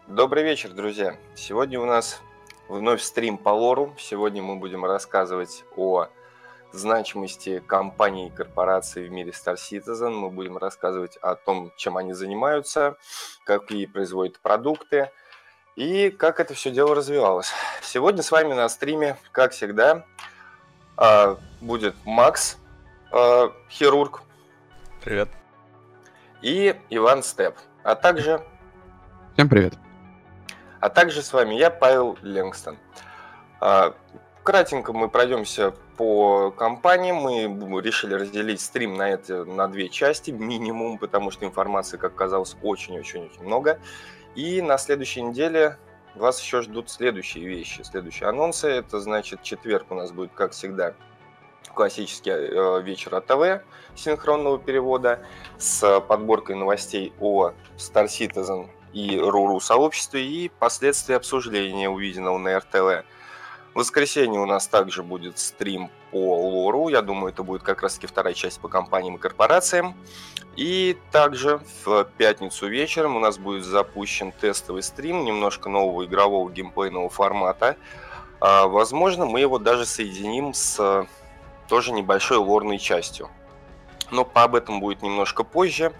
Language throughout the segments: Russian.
Добрый вечер, друзья! Сегодня у нас вновь стрим по лору. Сегодня мы будем рассказывать о значимости компаний и корпораций в мире Star Citizen. Мы будем рассказывать о том, чем они занимаются, какие производят продукты и как это все дело развивалось. Сегодня с вами на стриме, как всегда, будет Макс, хирург. Привет. И Иван Степ, а также... Всем привет. А также с вами я, Павел Ленгстон. Кратенько мы пройдемся по компаниям. Мы решили разделить стрим на две части минимум, потому что информации, как казалось, очень-очень-очень много. И на следующей неделе вас еще ждут следующие вещи, следующие анонсы. Это значит, четверг у нас будет, как всегда, классический вечер АТВ синхронного перевода с подборкой новостей о Star Citizen и РУ сообществе и последствия обсуждения увиденного на РТВ. В воскресенье у нас также будет стрим по лору. Я думаю, это будет как раз-таки вторая часть по компаниям и корпорациям. И также в пятницу вечером у нас будет запущен тестовый стрим немножко нового игрового геймплейного формата. Возможно, мы его даже соединим с тоже небольшой лорной частью. Но об этом будет немножко позже.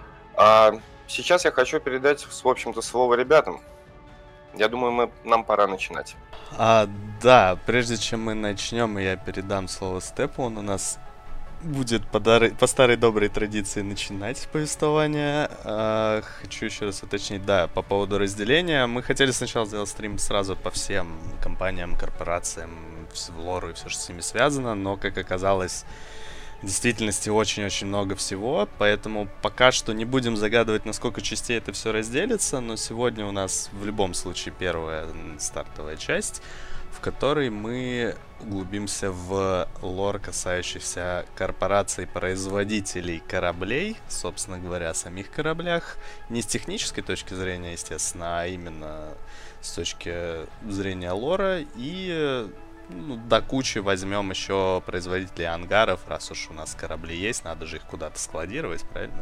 Сейчас я хочу передать, в общем-то, слово ребятам. Я думаю, нам пора начинать. Да, прежде чем мы начнем, я передам слово Степу. Он у нас будет по старой доброй традиции начинать повествование. Хочу еще раз уточнить, да, по поводу разделения. Мы хотели сначала сделать стрим сразу по всем компаниям, корпорациям, в лору и все, что с ними связано, но, как оказалось, в действительности очень-очень много всего, поэтому пока что не будем загадывать, на сколько частей это все разделится, но сегодня у нас в любом случае первая стартовая часть, в которой мы углубимся в лор, касающийся корпораций-производителей кораблей, собственно говоря, о самих кораблях, не с технической точки зрения, естественно, а именно с точки зрения лора и... до кучи возьмем еще производителей ангаров, раз уж у нас корабли есть, надо же их куда-то складировать, правильно?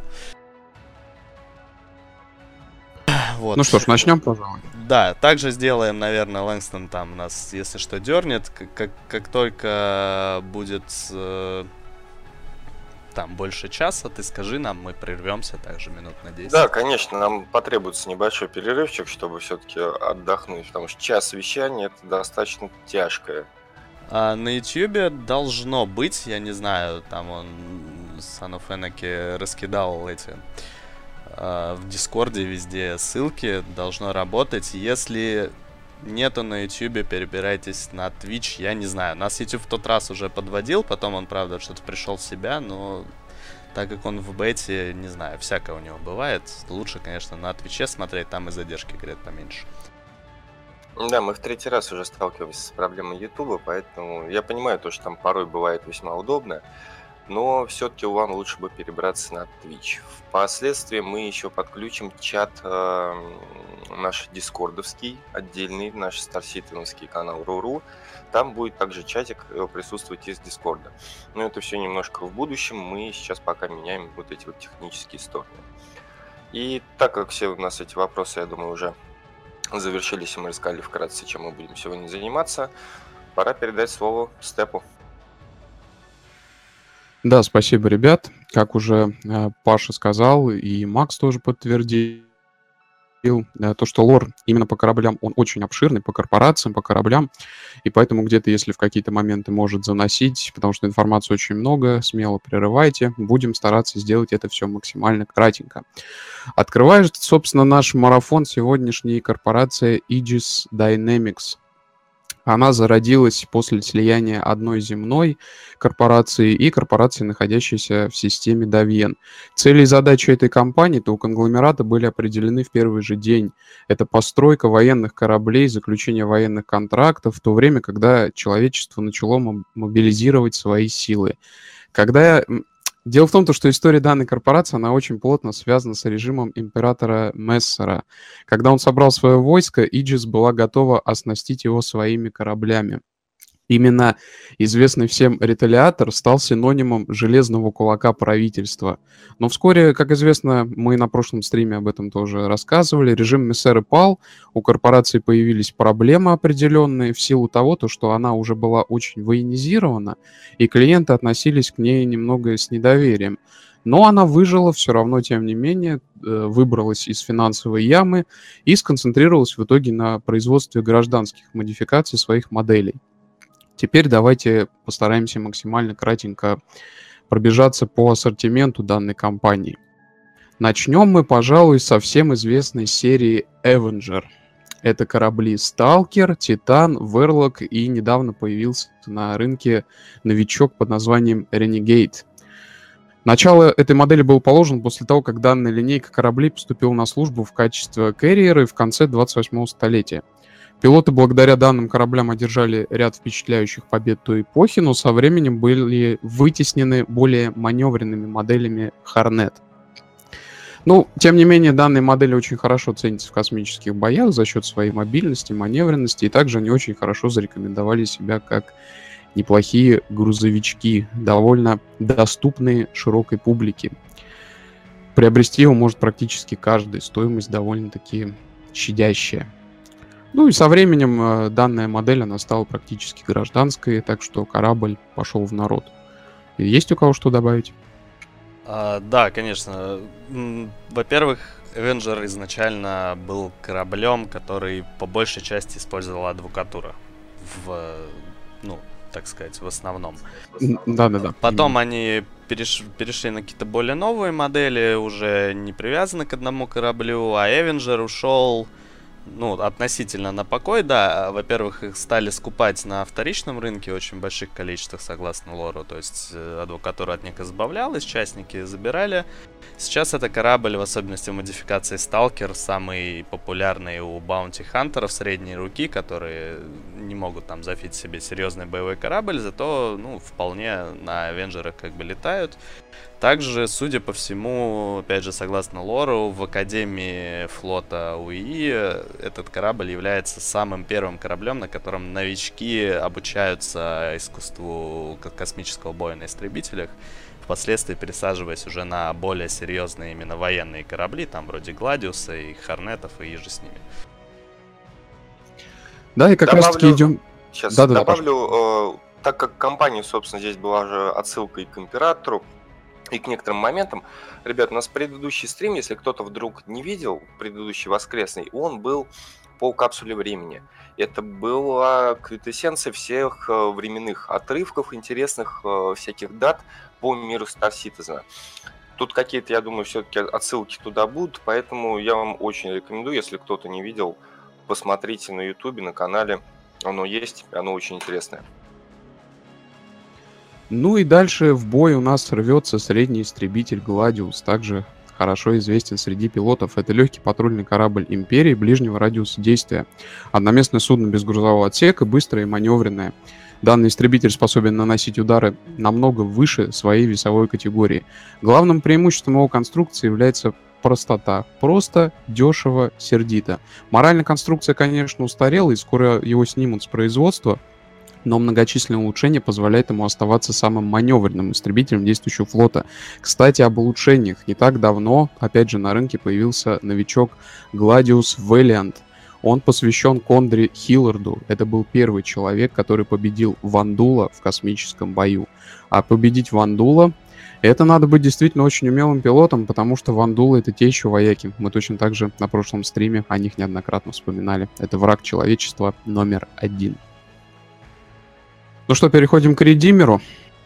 Вот. Ну что ж, начнем, пожалуй. Да, также сделаем, наверное, Лэнгстон там нас, если что, дернет. Как только будет там больше часа, ты скажи нам, мы прервемся также минут на 10. Да, конечно, нам потребуется небольшой перерывчик, чтобы все-таки отдохнуть, потому что час вещания это достаточно тяжкое. На Ютьюбе должно быть, я не знаю, там он Son of Anarchy раскидал эти в Дискорде везде ссылки, должно работать. Если нету на Ютьюбе, перебирайтесь на Twitch, я не знаю. Нас YouTube в тот раз уже подводил, потом он, правда, что-то пришел в себя, но так как он в бете, не знаю, всякое у него бывает. Лучше, конечно, на Твиче смотреть, там и задержки, говорят, поменьше. Да, мы в третий раз уже сталкиваемся с проблемой Ютуба, поэтому я понимаю то, что там порой бывает весьма удобно, но все-таки вам лучше бы перебраться на Twitch. Впоследствии мы еще подключим чат наш дискордовский, отдельный, наш старситовский канал РУ. Там будет также чатик присутствовать из Дискорда. Но это все немножко в будущем, мы сейчас пока меняем вот эти вот технические стороны. И так как все у нас эти вопросы, я думаю, уже завершились, и мы рассказали вкратце, чем мы будем сегодня заниматься, пора передать слово Степу. Да, спасибо, ребят. Как уже Паша сказал, и Макс тоже подтвердил, то, что лор именно по кораблям, он очень обширный, по корпорациям, по кораблям, и поэтому где-то, если в какие-то моменты может заносить, потому что информации очень много, смело прерывайте, будем стараться сделать это все максимально кратенько. Открывает, собственно, наш марафон сегодняшней корпорация Aegis Dynamics. Она зародилась после слияния одной земной корпорации и корпорации, находящейся в системе Davion. Цели и задачи этой компании, у конгломерата были определены в первый же день. Это постройка военных кораблей, заключение военных контрактов, в то время, когда человечество начало мобилизировать свои силы. Дело в том, что история данной корпорации, она очень плотно связана с режимом императора Мессера. Когда он собрал свое войско, Aegis была готова оснастить его своими кораблями. Именно известный всем реталиатор стал синонимом железного кулака правительства. Но вскоре, как известно, мы на прошлом стриме об этом тоже рассказывали, режим Мессеры пал, у корпорации появились проблемы определенные в силу того, что она уже была очень военизирована, и клиенты относились к ней немного с недоверием. Но она выжила все равно, тем не менее, выбралась из финансовой ямы и сконцентрировалась в итоге на производстве гражданских модификаций своих моделей. Теперь давайте постараемся максимально кратенько пробежаться по ассортименту данной компании. Начнем мы, пожалуй, со всем известной серии Avenger. Это корабли Stalker, Titan, Warlock и недавно появился на рынке новичок под названием Renegade. Начало этой модели было положено после того, как данная линейка кораблей поступила на службу в качестве карьеры в конце 28-го столетия. Пилоты благодаря данным кораблям одержали ряд впечатляющих побед той эпохи, но со временем были вытеснены более маневренными моделями Hornet. Ну, тем не менее, данные модели очень хорошо ценятся в космических боях за счет своей мобильности, маневренности, и также они очень хорошо зарекомендовали себя как неплохие грузовички, довольно доступные широкой публике. Приобрести его может практически каждый, стоимость довольно-таки щадящая. Ну и со временем данная модель, она стала практически гражданской, так что корабль пошел в народ. Есть у кого что добавить? Да, конечно. Во-первых, Avenger изначально был кораблем, который по большей части использовал адвокатура. Так сказать, в основном. Да. Потом они перешли на какие-то более новые модели, уже не привязаны к одному кораблю, а Avenger ушел относительно на покой, да. Во-первых, их стали скупать на вторичном рынке в очень больших количествах, согласно лору. То есть адвокатура от них избавлялась, частники забирали. Сейчас это корабль, в особенности в модификации Stalker, самый популярный у баунти-хантеров средней руки, которые не могут там зафить себе серьезный боевой корабль, зато, вполне на Авенджерах летают. Также, судя по всему, опять же, согласно лору, в Академии флота УИ этот корабль является самым первым кораблем, на котором новички обучаются искусству космического боя на истребителях, впоследствии пересаживаясь уже на более серьезные именно военные корабли, там вроде Гладиуса и Хорнетов и еже с ними. Да, и как раз таки идем... Сейчас добавлю, так как компания, собственно, здесь была же отсылкой к Императору, и к некоторым моментам. Ребят, у нас предыдущий стрим, если кто-то вдруг не видел, предыдущий воскресный, он был по капсуле времени. Это была квинтэссенция всех временных отрывков, интересных всяких дат по миру Star Citizen. Тут какие-то, я думаю, все-таки отсылки туда будут, поэтому я вам очень рекомендую, если кто-то не видел, посмотрите на YouTube, на канале. Оно есть, оно очень интересное. Ну и дальше в бой у нас рвется средний истребитель Гладиус, также хорошо известен среди пилотов. Это легкий патрульный корабль Империи ближнего радиуса действия. Одноместное судно без грузового отсека, быстрое и маневренное. Данный истребитель способен наносить удары намного выше своей весовой категории. Главным преимуществом его конструкции является простота. Просто, дешево, сердито. Моральная конструкция, конечно, устарела, и скоро его снимут с производства, но многочисленные улучшения позволяют ему оставаться самым маневренным истребителем действующего флота. Кстати, об улучшениях. Не так давно, опять же, на рынке появился новичок Gladius Valiant. Он посвящен Кондре Хилларду. Это был первый человек, который победил Вандула в космическом бою. А победить Вандула — это надо быть действительно очень умелым пилотом, потому что Вандулы — это те еще вояки. Мы точно так же на прошлом стриме о них неоднократно вспоминали. Это враг человечества номер 1. Ну что, переходим к Редимеру.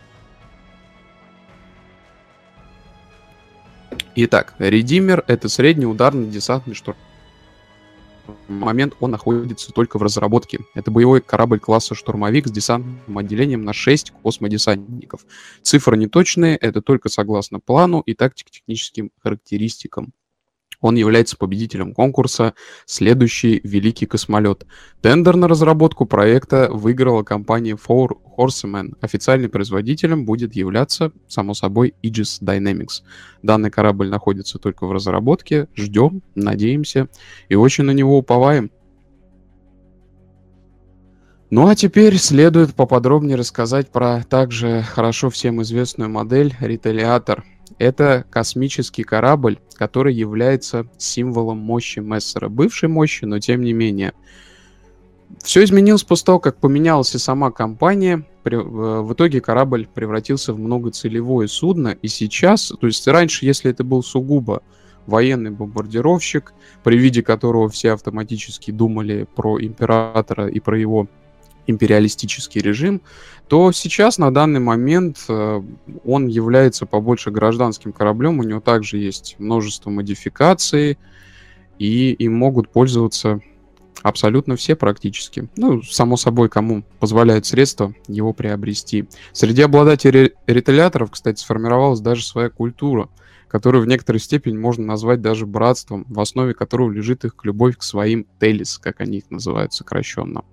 Итак, Редимер — это средний ударный десантный штурм. В момент он находится только в разработке. Это боевой корабль класса «Штурмовик» с десантным отделением на 6 космодесантников. Цифры неточные, это только согласно плану и тактико-техническим характеристикам. Он является победителем конкурса «Следующий великий космолет». Тендер на разработку проекта выиграла компания Four Horsemen. Официальным производителем будет являться, само собой, Aegis Dynamics. Данный корабль находится только в разработке. Ждем, надеемся и очень на него уповаем. Ну а теперь следует поподробнее рассказать про также хорошо всем известную модель «Реталиатор». Это космический корабль, который является символом мощи Мессера. Бывшей мощи, но тем не менее. Все изменилось после того, как поменялась и сама компания. В итоге корабль превратился в многоцелевое судно. И сейчас, то есть раньше, если это был сугубо военный бомбардировщик, при виде которого все автоматически думали про императора и про его империалистический режим, то сейчас на данный момент он является побольше гражданским кораблем. У него также есть множество модификаций, и им могут пользоваться абсолютно все практически. Ну, само собой, кому позволяют средства его приобрести. Среди обладателей реталиаторов, кстати, сформировалась даже своя культура, которую в некоторой степени можно назвать даже братством, в основе которого лежит их любовь к своим телис, как они их называют сокращенно.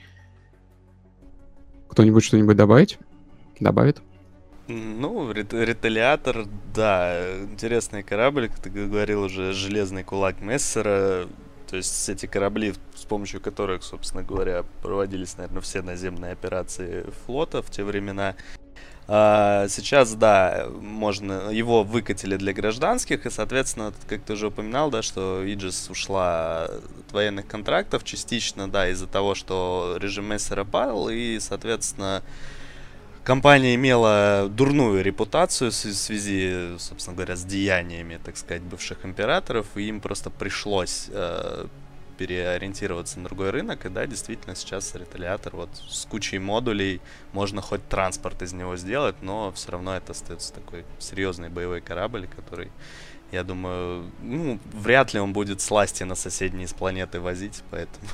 Кто-нибудь что-нибудь добавить? Добавит? Ну, реталиатор, да, интересный корабль, как ты говорил уже, железный кулак Мессера. То есть эти корабли, с помощью которых, собственно говоря, проводились, наверное, все наземные операции флота в те времена. Сейчас, да, можно, его выкатили для гражданских, и, соответственно, как ты уже упоминал, да, что Aegis ушла от военных контрактов частично, да, из-за того, что режим Мессера пал, и, соответственно, компания имела дурную репутацию в связи, собственно говоря, с деяниями, так сказать, бывших императоров, и им просто пришлось переориентироваться на другой рынок, и да, действительно, сейчас реталиатор вот с кучей модулей, можно хоть транспорт из него сделать, но все равно это остается такой серьезный боевой корабль, который, я думаю, ну, вряд ли он будет сласти на соседние с планеты возить, поэтому...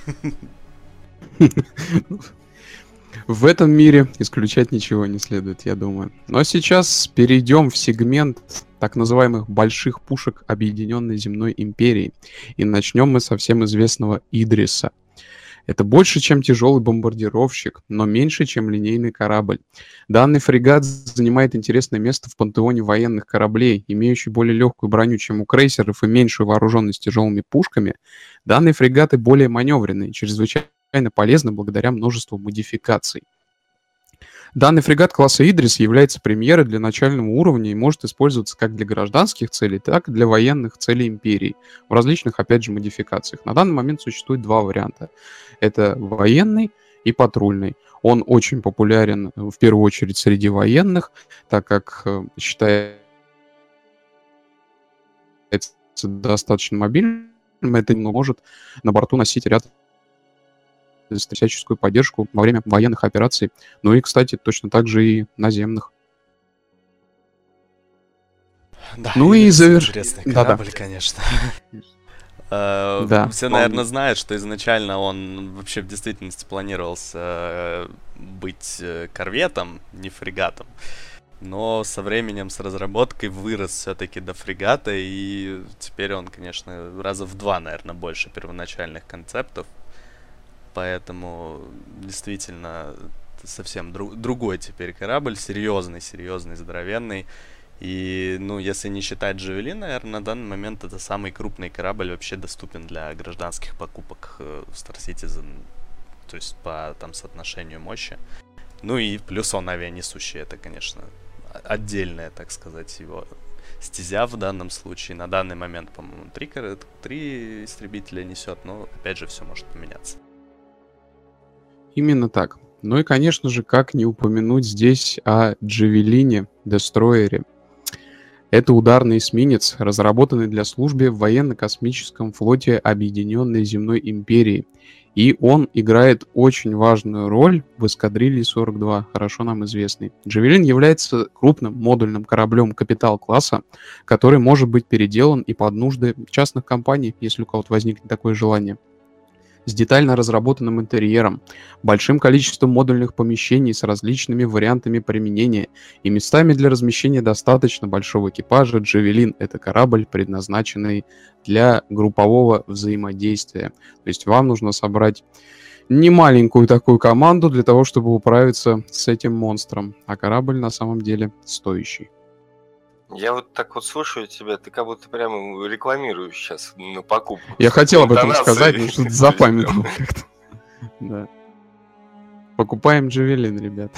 В этом мире исключать ничего не следует, я думаю. Но сейчас перейдем в сегмент так называемых больших пушек Объединенной Земной Империи. И начнем мы со всем известного Идриса. Это больше, чем тяжелый бомбардировщик, но меньше, чем линейный корабль. Данный фрегат занимает интересное место в пантеоне военных кораблей, имеющий более легкую броню, чем у крейсеров, и меньшую вооруженность тяжелыми пушками. Данные фрегаты более маневренные, чрезвычайно полезны благодаря множеству модификаций. Данный фрегат класса Идрис является премьерой для начального уровня и может использоваться как для гражданских целей, так и для военных целей империи в различных, опять же, модификациях. На данный момент существует два варианта. Это военный и патрульный. Он очень популярен в первую очередь среди военных, так как считается достаточно мобильным, это может на борту носить ряд всяческую поддержку во время военных операций. Ну и, кстати, точно так же и наземных. Да, ну и интересный корабль, да. конечно. Да. Все, наверное, знают, что изначально он вообще в действительности планировался быть корветом, не фрегатом. Но со временем, с разработкой вырос все-таки до фрегата, и теперь он, конечно, раза в 2, наверное, больше первоначальных концептов. Поэтому действительно совсем другой теперь корабль, серьезный, здоровенный. И, ну, если не считать Джавелин, наверное, на данный момент это самый крупный корабль вообще доступен для гражданских покупок в Star Citizen, то есть по там соотношению мощи. Ну и плюс он авианесущий, это, конечно, отдельная, так сказать, его стезя в данном случае. На данный момент, по-моему, 3 истребителя несет, но, опять же, все может поменяться. Именно так. Ну и, конечно же, как не упомянуть здесь о Джавелине Дестройере. Это ударный эсминец, разработанный для службы в военно-космическом флоте Объединенной Земной Империи. И он играет очень важную роль в эскадрилье 42, хорошо нам известный. Джавелин является крупным модульным кораблем капитал-класса, который может быть переделан и под нужды частных компаний, если у кого-то возникнет такое желание. С детально разработанным интерьером, большим количеством модульных помещений с различными вариантами применения и местами для размещения достаточно большого экипажа, Джавелин — это корабль, предназначенный для группового взаимодействия. То есть вам нужно собрать немаленькую такую команду для того, чтобы управиться с этим монстром, а корабль на самом деле стоящий. Я вот так вот слушаю тебя, ты как будто прямо рекламируешь сейчас на покупку. Я хотел об этом сказать, но что-то запамятовал как-то. Да. Покупаем Джавелин, ребят.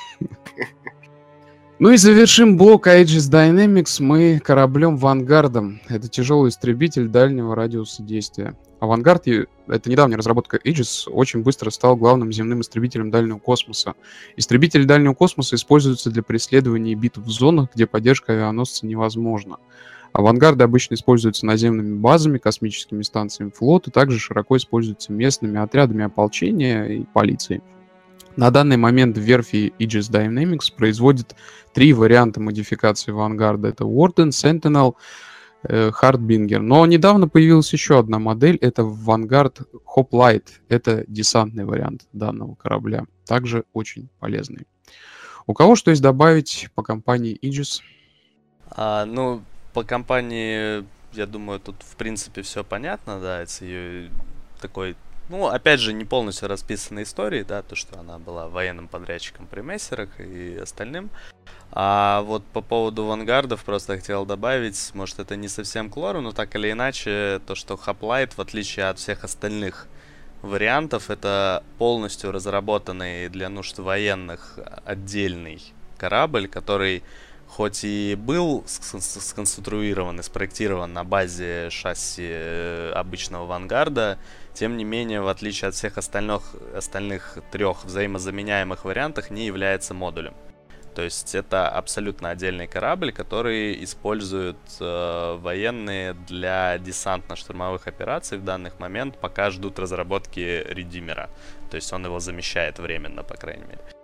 Ну и завершим блок Aegis Dynamics мы кораблем Вангардом. Это тяжелый истребитель дальнего радиуса действия. Авангард, это недавняя разработка Aegis, очень быстро стал главным земным истребителем дальнего космоса. Истребители дальнего космоса используются для преследования и битв в зонах, где поддержка авианосца невозможна. Авангарды обычно используются наземными базами, космическими станциями флота, также широко используются местными отрядами ополчения и полицией. На данный момент в верфи Aegis Dynamics производит 3 варианта модификации Vanguard. Это Warden, Sentinel, Hardbinger. Но недавно появилась еще одна модель. Это Vanguard Hoplite. Это десантный вариант данного корабля. Также очень полезный. У кого что есть добавить по компании Aegis? Ну, по компании, я думаю, тут в принципе все понятно, да, это ее такой... Ну, опять же, не полностью расписанной истории, да, то, что она была военным подрядчиком при мессерах и остальным. А вот по поводу вангардов просто хотел добавить, может, это не совсем к лору, но так или иначе, то, что Hoplite, в отличие от всех остальных вариантов, это полностью разработанный для нужд военных отдельный корабль, который хоть и был сконструирован и спроектирован на базе шасси обычного Вангарда, тем не менее, в отличие от всех остальных 3 взаимозаменяемых вариантов, не является модулем. То есть это абсолютно отдельный корабль, который используют военные для десантно-штурмовых операций в данный момент, пока ждут разработки редимера. То есть он его замещает временно, по крайней мере.